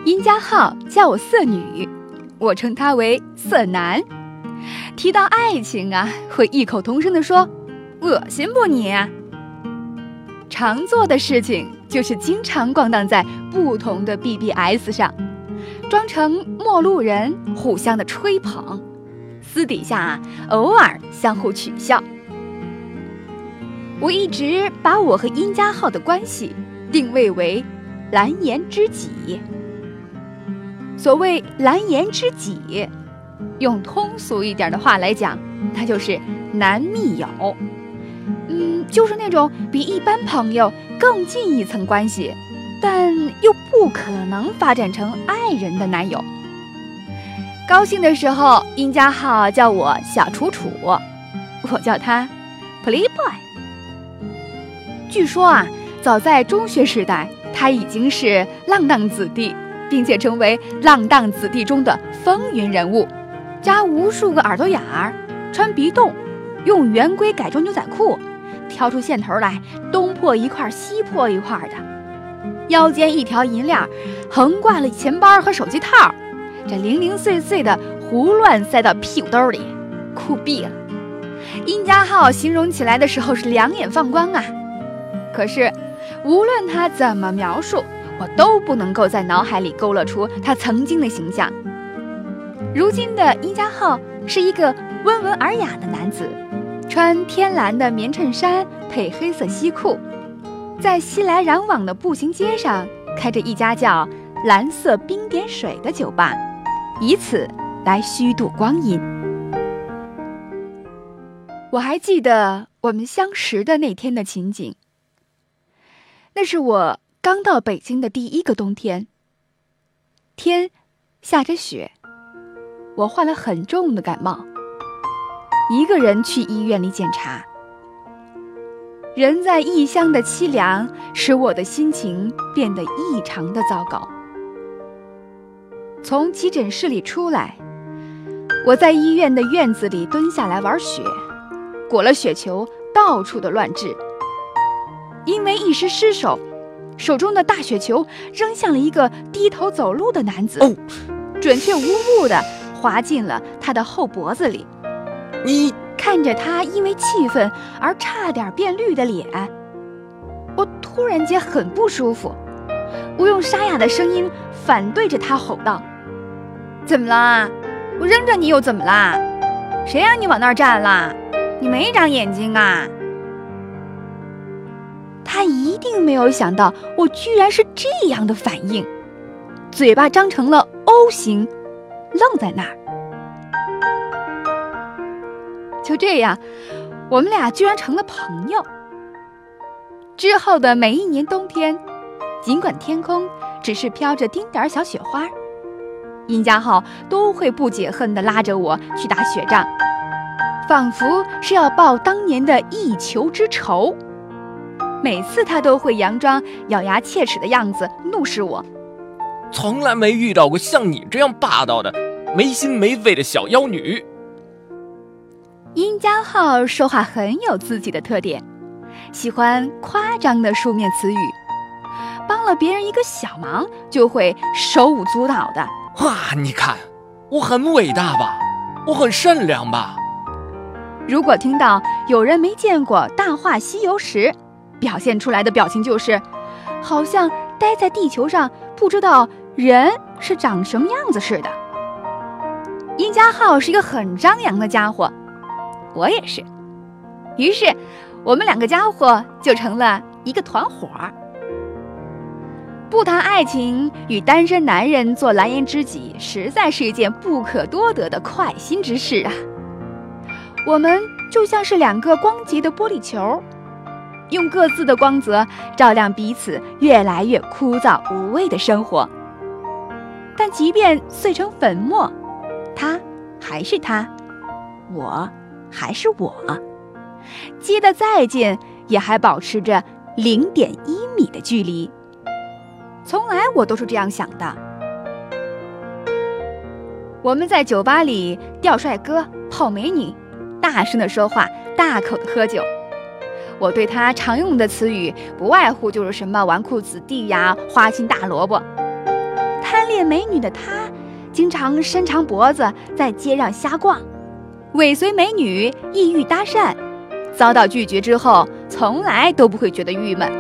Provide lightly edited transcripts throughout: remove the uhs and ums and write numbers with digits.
殷家浩叫我色女，我称他为色男。提到爱情啊，会异口同声地说：“恶心不你？”常做的事情就是经常逛荡在不同的 BBS 上，装成陌路人，互相的吹捧，私底下偶尔相互取笑。我一直把我和殷家浩的关系定位为蓝颜知己。所谓蓝颜知己，用通俗一点的话来讲，那就是男密友。就是那种比一般朋友更近一层关系，但又不可能发展成爱人的男友。高兴的时候，殷家浩叫我小楚楚，我叫他 Playboy。 据说啊，早在中学时代，他已经是浪荡子弟，并且成为浪荡子弟中的风云人物，扎无数个耳朵眼儿，穿鼻洞，用圆规改装牛仔裤，挑出线头来，东破一块西破一块的，腰间一条银链横挂了钱包和手机套，这零零碎碎的胡乱塞到屁股兜里，酷毙了。殷家浩形容起来的时候是两眼放光啊，可是无论他怎么描述，我都不能够在脑海里勾勒出他曾经的形象。如今的殷家浩是一个温文尔雅的男子，穿天蓝的棉衬衫配黑色西裤，在熙来攘往的步行街上开着一家叫蓝色冰点水的酒吧，以此来虚度光阴。我还记得我们相识的那天的情景，那是我刚到北京的第一个冬天，天下着雪，我患了很重的感冒，一个人去医院里检查。人在异乡的凄凉使我的心情变得异常的糟糕。从急诊室里出来，我在医院的院子里蹲下来玩雪，裹了雪球到处的乱掷，因为一时失手，手中的大雪球扔向了一个低头走路的男子，准确无误地滑进了他的后脖子里。 你看着他因为气愤而差点变绿的脸，我突然间很不舒服。我用沙哑的声音反对着他吼道：“怎么啦？我扔着你又怎么啦？谁让你往那儿站啦？你没长眼睛啊？”他一定没有想到我居然是这样的反应，嘴巴张成了 O 型，愣在那儿。就这样，我们俩居然成了朋友。之后的每一年冬天，尽管天空只是飘着丁点小雪花，殷家浩都会不解恨地拉着我去打雪仗，仿佛是要报当年的一球之仇。每次他都会佯装咬牙切齿的样子，怒视我：“ 从来没遇到过像你这样霸道的、没心没肺的小妖女。” 殷家浩说话很有自己的特点，喜欢夸张的书面词语，帮了别人一个小忙就会手舞足蹈的。 哇，你看，我很伟大吧？我很善良吧？ 如果听到有人没见过《大话西游》时，表现出来的表情就是好像待在地球上不知道人是长什么样子似的。殷家浩是一个很张扬的家伙，我也是，于是我们两个家伙就成了一个团伙。不谈爱情，与单身男人做蓝颜知己，实在是一件不可多得的快心之事啊。我们就像是两个光洁的玻璃球，用各自的光泽照亮彼此越来越枯燥无味的生活。但即便碎成粉末，他还是他，我还是我，接得再近也还保持着0.1米的距离。从来我都是这样想的。我们在酒吧里钓帅哥、泡美女，大声的说话，大口的喝酒。我对他常用的词语不外乎就是什么纨绔子弟呀、花心大萝卜。他贪恋美女的他，经常伸长脖子在街上瞎逛，尾随美女，意欲搭讪，遭到拒绝之后，从来都不会觉得郁闷。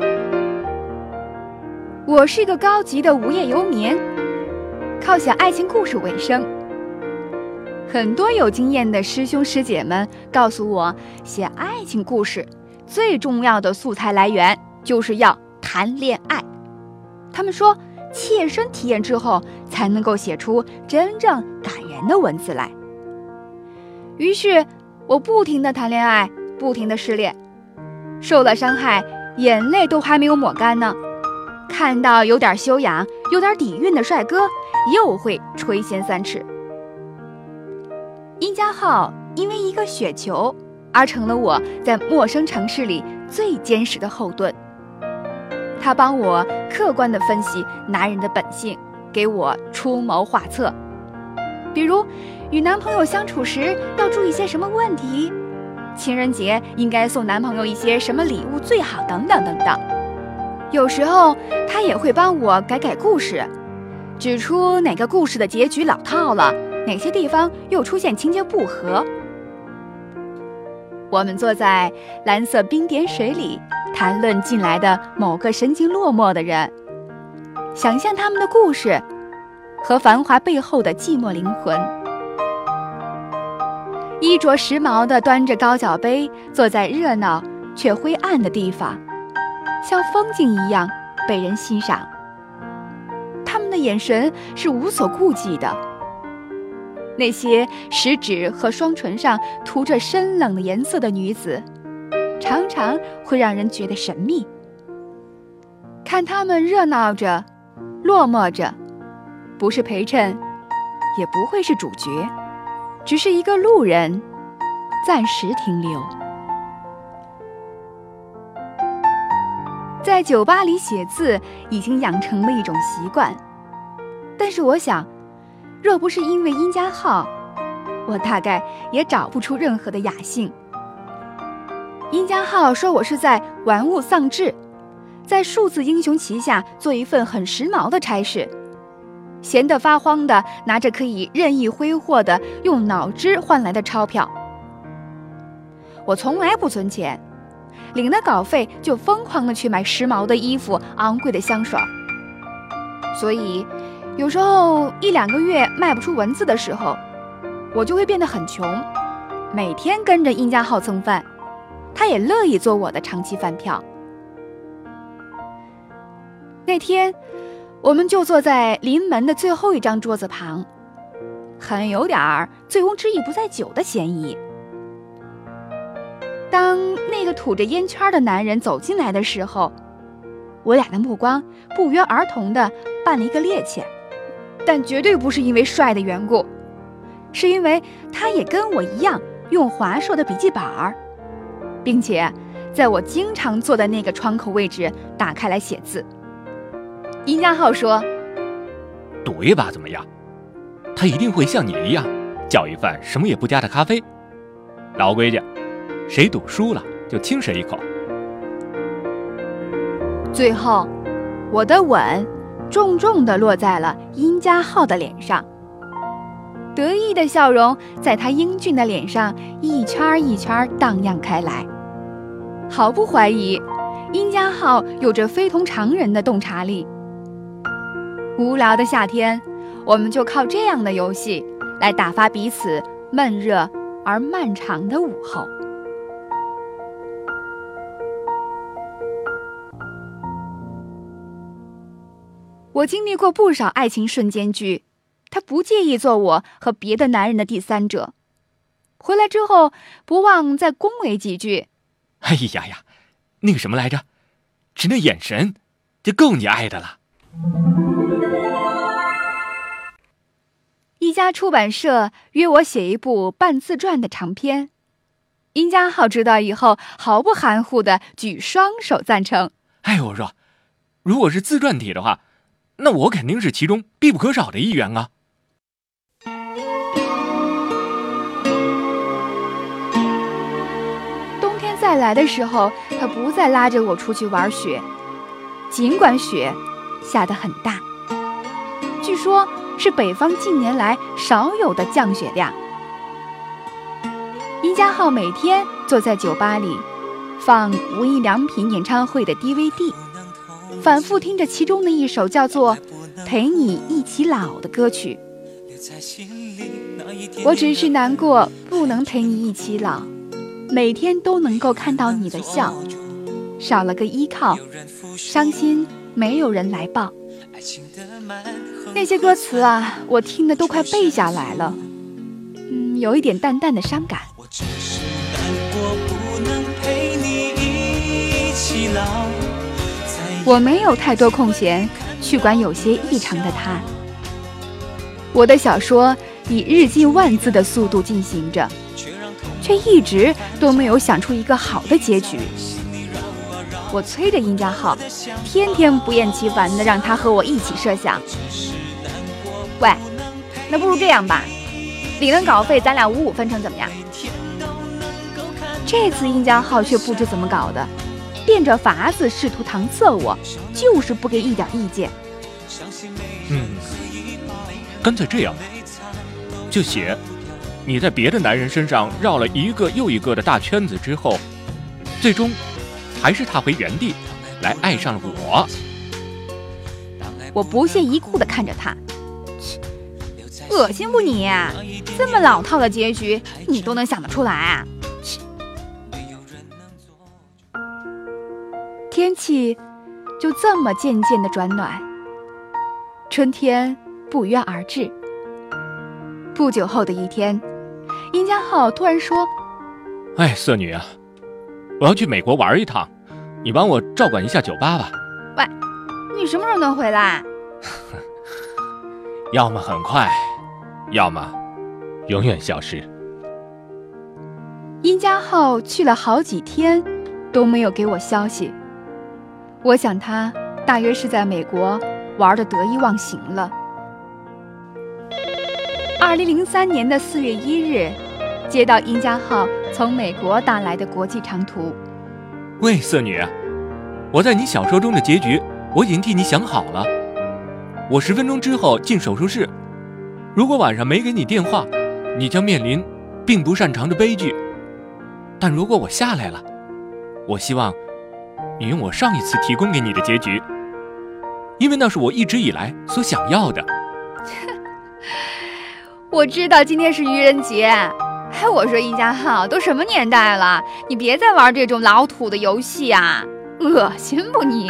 我是一个高级的无业游民，靠写爱情故事为生。很多有经验的师兄师姐们告诉我，写爱情故事最重要的素材来源就是要谈恋爱。他们说，切身体验之后才能够写出真正感人的文字来。于是我不停地谈恋爱，不停地失恋，受了伤害，眼泪都还没有抹干呢，看到有点修养、有点底蕴的帅哥，又会垂涎三尺。殷家浩因为一个雪球而成了我在陌生城市里最坚实的后盾。他帮我客观地分析男人的本性，给我出谋划策，比如与男朋友相处时要注意些什么问题，情人节应该送男朋友一些什么礼物最好，等等等等。有时候他也会帮我改改故事，指出哪个故事的结局老套了，哪些地方又出现情节不合。我们坐在蓝色冰点水里，谈论进来的某个神经落寞的人，想象他们的故事和繁华背后的寂寞灵魂。衣着时髦地端着高脚杯，坐在热闹却灰暗的地方，像风景一样被人欣赏。他们的眼神是无所顾忌的，那些食指和双唇上涂着深冷的颜色的女子，常常会让人觉得神秘。看他们热闹着，落寞着，不是陪衬，也不会是主角，只是一个路人，暂时停留。在酒吧里写字已经养成了一种习惯，但是我想，若不是因为殷家浩，我大概也找不出任何的雅兴。殷家浩说我是在玩物丧志，在数字英雄旗下做一份很时髦的差事，闲得发慌的拿着可以任意挥霍的用脑汁换来的钞票。我从来不存钱，领了稿费就疯狂的去买时髦的衣服、昂贵的香水，所以有时候1-2个月卖不出文字的时候，我就会变得很穷，每天跟着殷家浩蹭饭，他也乐意做我的长期饭票。那天我们就坐在临门的最后一张桌子旁，很有点醉翁之意不在酒的嫌疑。当那个吐着烟圈的男人走进来的时候，我俩的目光不约而同地扮了一个趔趄，但绝对不是因为帅的缘故，是因为他也跟我一样用华硕的笔记本，并且在我经常坐的那个窗口位置打开来写字。殷家浩说， 赌一把怎么样？他一定会像你一样叫一饭什么也不加的咖啡。老规矩，谁赌输了就亲谁一口。 最后我的吻重重地落在了殷家浩的脸上，得意的笑容在他英俊的脸上一圈一圈荡漾开来。毫不怀疑，殷家浩有着非同常人的洞察力。无聊的夏天，我们就靠这样的游戏来打发彼此闷热而漫长的午后。我经历过不少爱情瞬间剧，他不介意做我和别的男人的第三者。回来之后，不忘再恭维几句。 哎呀呀，那个什么来着，只那眼神就够你爱的了。 一家出版社约我写一部半自传的长篇，殷家浩知道以后毫不含糊地举双手赞成。 哎，我说，如果是自传体的话，那我肯定是其中必不可少的一员啊。 冬天再来的时候，他不再拉着我出去玩雪，尽管雪下得很大。 据说是北方近年来少有的降雪量。殷家浩每天坐在酒吧里放无印良品演唱会的 DVD， 反复听着其中的一首叫做《陪你一起老》的歌曲。我只是难过不能陪你一起老，每天都能够看到你的笑，少了个依靠，伤心没有人来抱。那些歌词啊，我听得都快背下来了，有一点淡淡的伤感。 我只是难过不能陪你一起老。 我没有太多空闲去管有些异常的他。我的小说以日进万字的速度进行着，却一直都没有想出一个好的结局。我催着殷家浩，天天不厌其烦地让他和我一起设想。喂，那不如这样吧，领了稿费咱俩55分成怎么样？这次殷家浩却不知怎么搞的，变着法子试图搪塞我，就是不给一点意见。 干脆这样吧，就写你在别的男人身上绕了一个又一个的大圈子之后，最终还是踏回原地来爱上了我。 我不屑一顾地看着他，恶心不你？这么老套的结局你都能想得出来啊？天气就这么渐渐地转暖，春天不约而至。不久后的一天，殷家浩突然说： 哎，色女啊，我要去美国玩一趟，你帮我照管一下酒吧吧。 喂，你什么时候能回来？ 要么很快，要么永远消失。 殷家浩去了好几天都没有给我消息，我想他大约是在美国玩得得意忘形了。2003年的4月1日，接到殷家浩从美国打来的国际长途。 喂，色女，我在你小说中的结局我已经替你想好了，我10分钟之后进手术室，如果晚上没给你电话，你将面临并不擅长的悲剧，但如果我下来了，我希望你用我上一次提供给你的结局，因为那是我一直以来所想要的。 我知道今天是愚人节，我说殷家浩，都什么年代了，你别再玩这种老土的游戏啊，恶心不你？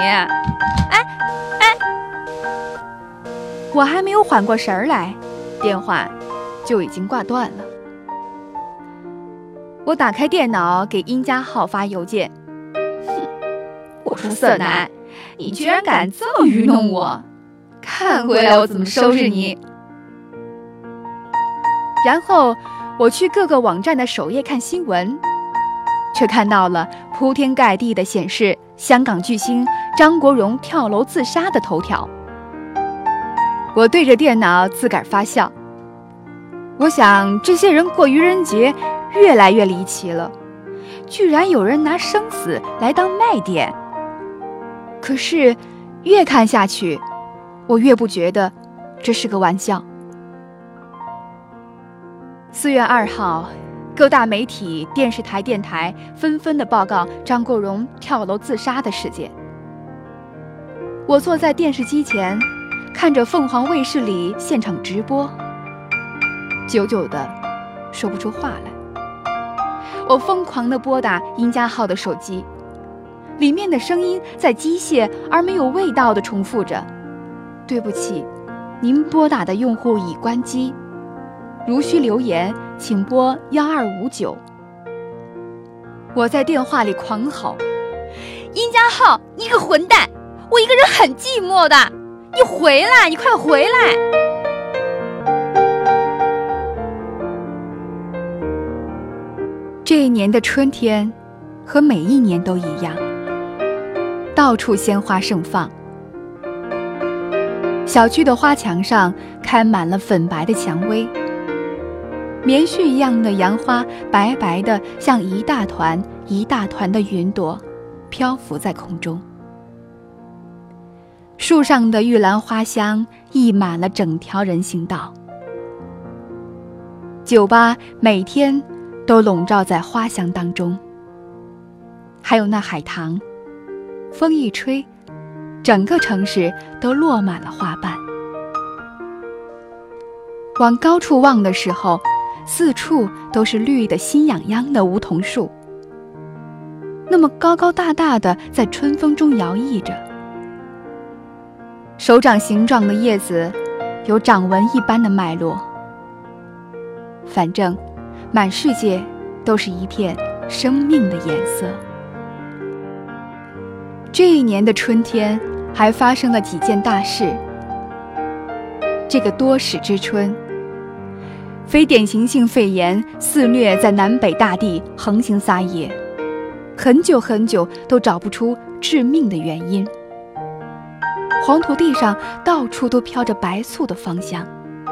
我还没有缓过神来，电话就已经挂断了。我打开电脑给殷家浩发邮件，我说色男，你居然敢这么愚弄我，看回来我怎么收拾你。然后我去各个网站的首页看新闻，却看到了铺天盖地的显示香港巨星张国荣跳楼自杀的头条。我对着电脑自个儿发笑，我想这些人过愚人节越来越离奇了，居然有人拿生死来当卖点。可是越看下去，我越不觉得这是个玩笑。4月2号，各大媒体、电视台、电台纷纷地报告张国荣跳楼自杀的事件。我坐在电视机前，看着凤凰卫视里现场直播，久久地说不出话来。我疯狂地拨打殷家浩的手机，里面的声音在机械而没有味道地重复着：对不起，您拨打的用户已关机，如需留言请拨1259。我在电话里狂吼：殷家浩，你个混蛋，我一个人很寂寞的，你回来，你快回来。这一年的春天和每一年都一样，到处鲜花盛放，小区的花墙上开满了粉白的蔷薇，棉絮一样的杨花白白的像一大团一大团的云朵，漂浮在空中。树上的玉兰花香溢满了整条人行道。酒吧每天都笼罩在花香当中，还有那海棠，风一吹，整个城市都落满了花瓣。往高处望的时候，四处都是绿得心痒痒的梧桐树，那么高高大大的在春风中摇曳着，手掌形状的叶子有掌纹一般的脉络。反正满世界都是一片生命的颜色。这一年的春天还发生了几件大事。这个多事之春，非典型性肺炎肆虐在南北大地横行撒野，很久很久都找不出致命的原因。黄土地上到处都飘着白醋的芳香。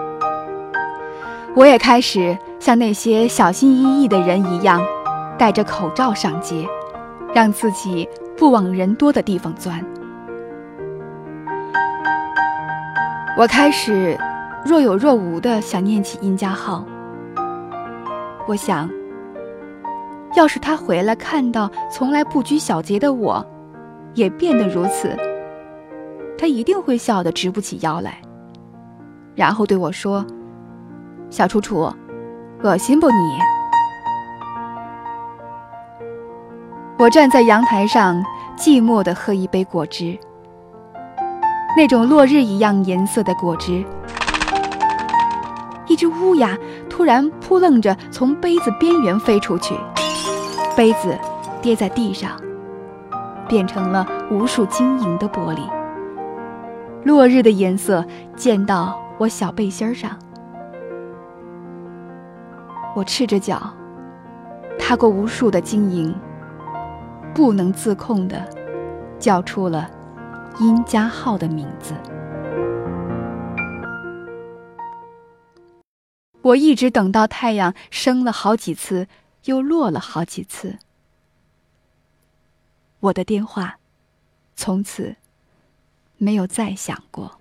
我也开始像那些小心翼翼的人一样，戴着口罩上街，让自己不往人多的地方钻。我开始若有若无地想念起殷家浩。我想，要是他回来看到从来不拘小节的我也变得如此，他一定会笑得直不起腰来，然后对我说：“小楚楚，恶心不你？”我站在阳台上，寂寞地喝一杯果汁，那种落日一样颜色的果汁。一只乌鸦突然扑棱着从杯子边缘飞出去，杯子跌在地上，变成了无数晶莹的玻璃。落日的颜色溅到我小背心上。我赤着脚踏过无数的晶莹，不能自控地叫出了殷家浩的名字。我一直等到太阳升了好几次，又落了好几次。我的电话从此没有再响过。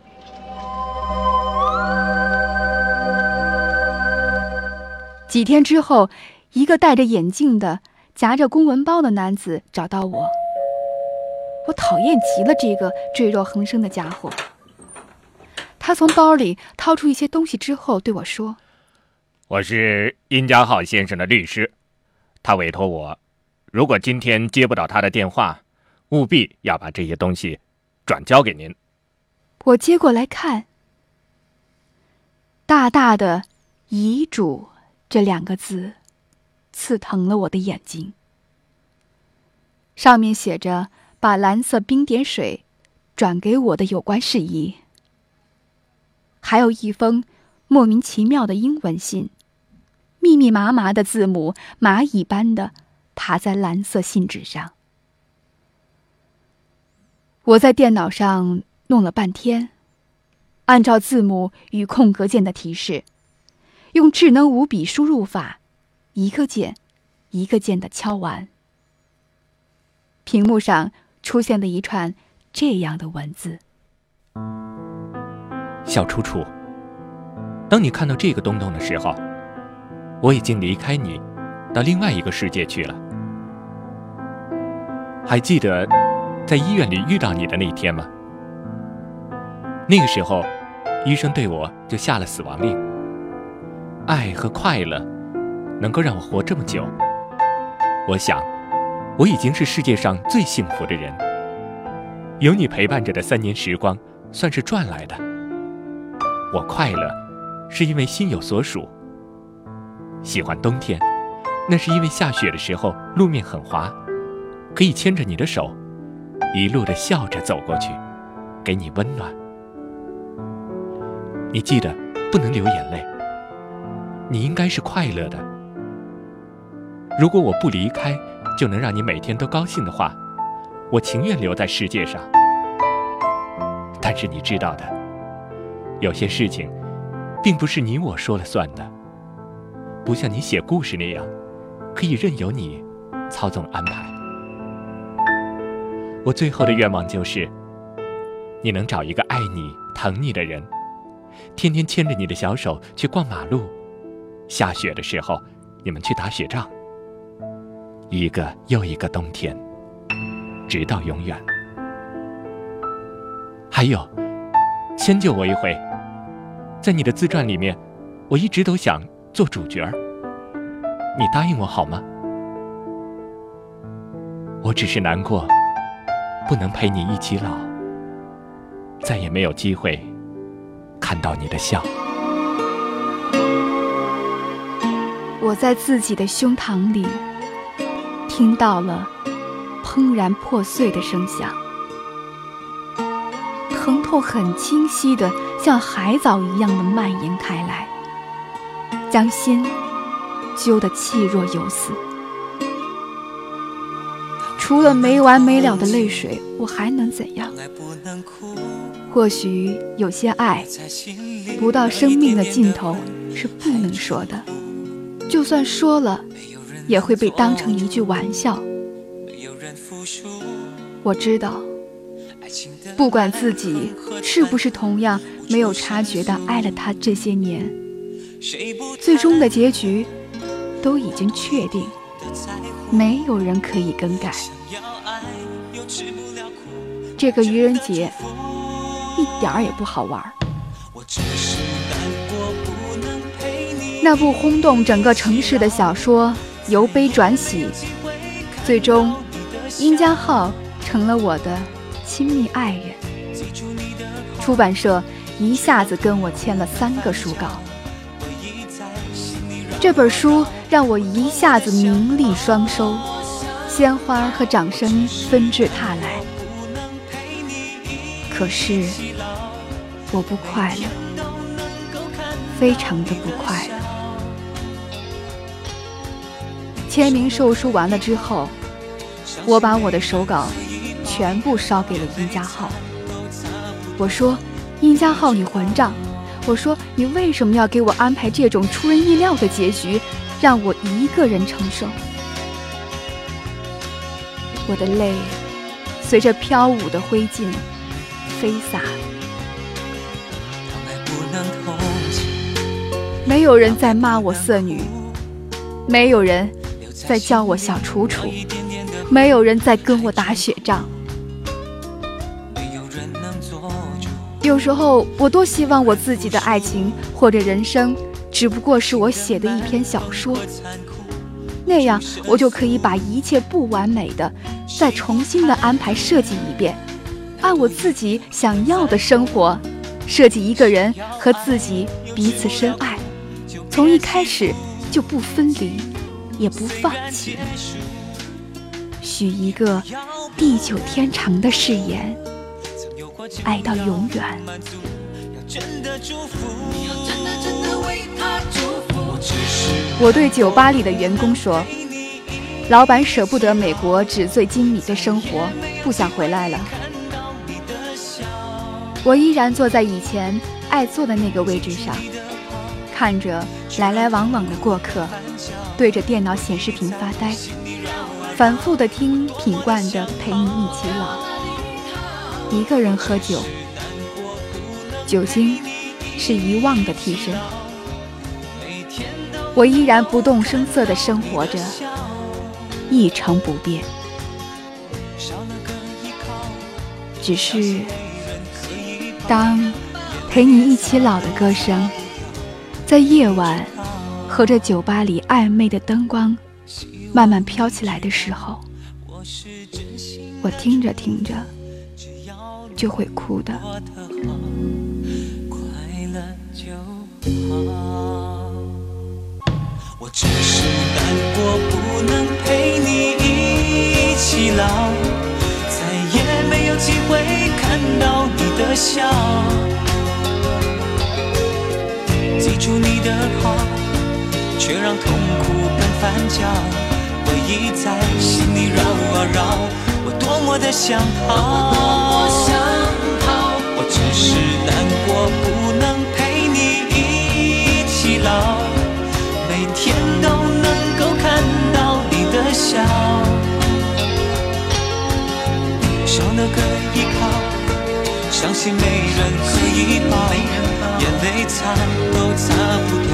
几天之后，一个戴着眼镜的夹着公文包的男子找到我。我讨厌极了这个赘肉横生的家伙。他从包里掏出一些东西之后对我说：“ 我是殷家浩先生的律师，他委托我，如果今天接不到他的电话，务必要把这些东西转交给您。” 我接过来看，大大的“遗嘱”这2个字刺疼了我的眼睛。上面写着把蓝色冰点水转给我的有关事宜，还有一封莫名其妙的英文信，密密麻麻的字母蚂蚁般的爬在蓝色信纸上。我在电脑上弄了半天，按照字母与空格键的提示，用智能无比输入法，一个键一个键地敲完。屏幕上出现了一串这样的文字： 小楚楚，当你看到这个东东的时候，我已经离开你，到另外一个世界去了。还记得在医院里遇到你的那天吗？那个时候，医生对我就下了死亡令。爱和快乐能够让我活这么久，我想我已经是世界上最幸福的人。有你陪伴着的3年时光算是赚来的。我快乐是因为心有所属，喜欢冬天，那是因为下雪的时候路面很滑，可以牵着你的手，一路的笑着走过去，给你温暖。你记得不能流眼泪，你应该是快乐的。如果我不离开就能让你每天都高兴的话，我情愿留在世界上。但是你知道的，有些事情并不是你我说了算的，不像你写故事那样可以任由你操纵安排。我最后的愿望就是你能找一个爱你疼你的人，天天牵着你的小手去逛马路，下雪的时候你们去打雪仗，一个又一个冬天，直到永远。还有，迁就我一回，在你的自传里面，我一直都想做主角，你答应我好吗？我只是难过，不能陪你一起老，再也没有机会看到你的笑。 我在自己的胸膛里听到了怦然破碎的声响，疼痛很清晰的像海藻一样的蔓延开来，将心揪得气若游丝。除了没完没了的泪水，我还能怎样？或许有些爱不到生命的尽头是不能说的，就算说了也会被当成一句玩笑。我知道，不管自己是不是同样没有察觉到爱了他这些年，最终的结局都已经确定，没有人可以更改。这个愚人节一点儿也不好玩。那部轰动整个城市的小说由悲转喜，最终殷家浩成了我的亲密爱人。出版社一下子跟我签了3个书稿，这本书让我一下子名利双收，鲜花和掌声纷至沓来。可是我不快乐，非常的不快乐。签名售书完了之后，我把我的手稿全部烧给了殷家浩。我说，殷家浩你混账，我说你为什么要给我安排这种出人意料的结局，让我一个人承受？我的泪随着飘舞的灰烬飞洒，没有人在骂我色女，没有人在叫我小楚楚，没有人在跟我打雪仗。有时候我多希望我自己的爱情或者人生只不过是我写的一篇小说，那样我就可以把一切不完美的再重新的安排设计一遍，按我自己想要的生活设计一个人和自己彼此深爱，从一开始就不分离也不放弃，许一个地久天长的誓言，爱到永远。我对酒吧里的员工说，老板舍不得美国纸醉金迷的生活，不想回来了。我依然坐在以前爱坐的那个位置上，看着来来往往的过客，对着电脑显示屏发呆，反复地听品冠的陪你一起老。一个人喝酒，酒精是遗忘的替身。我依然不动声色地生活着，一成不变。只是当陪你一起老的歌声在夜晚和着酒吧里暧昧的灯光慢慢飘起来的时候，我听着听着就会哭的。 我只是难过不能陪你一起老，再也没有机会看到你的笑，记住你的好，却让痛苦更翻搅，回忆在心里绕啊绕，我多么的想逃，我只是难过不能陪你一起老，每天都能够看到你的笑，少了个依靠，少相信没人可以抱，眼泪擦都擦不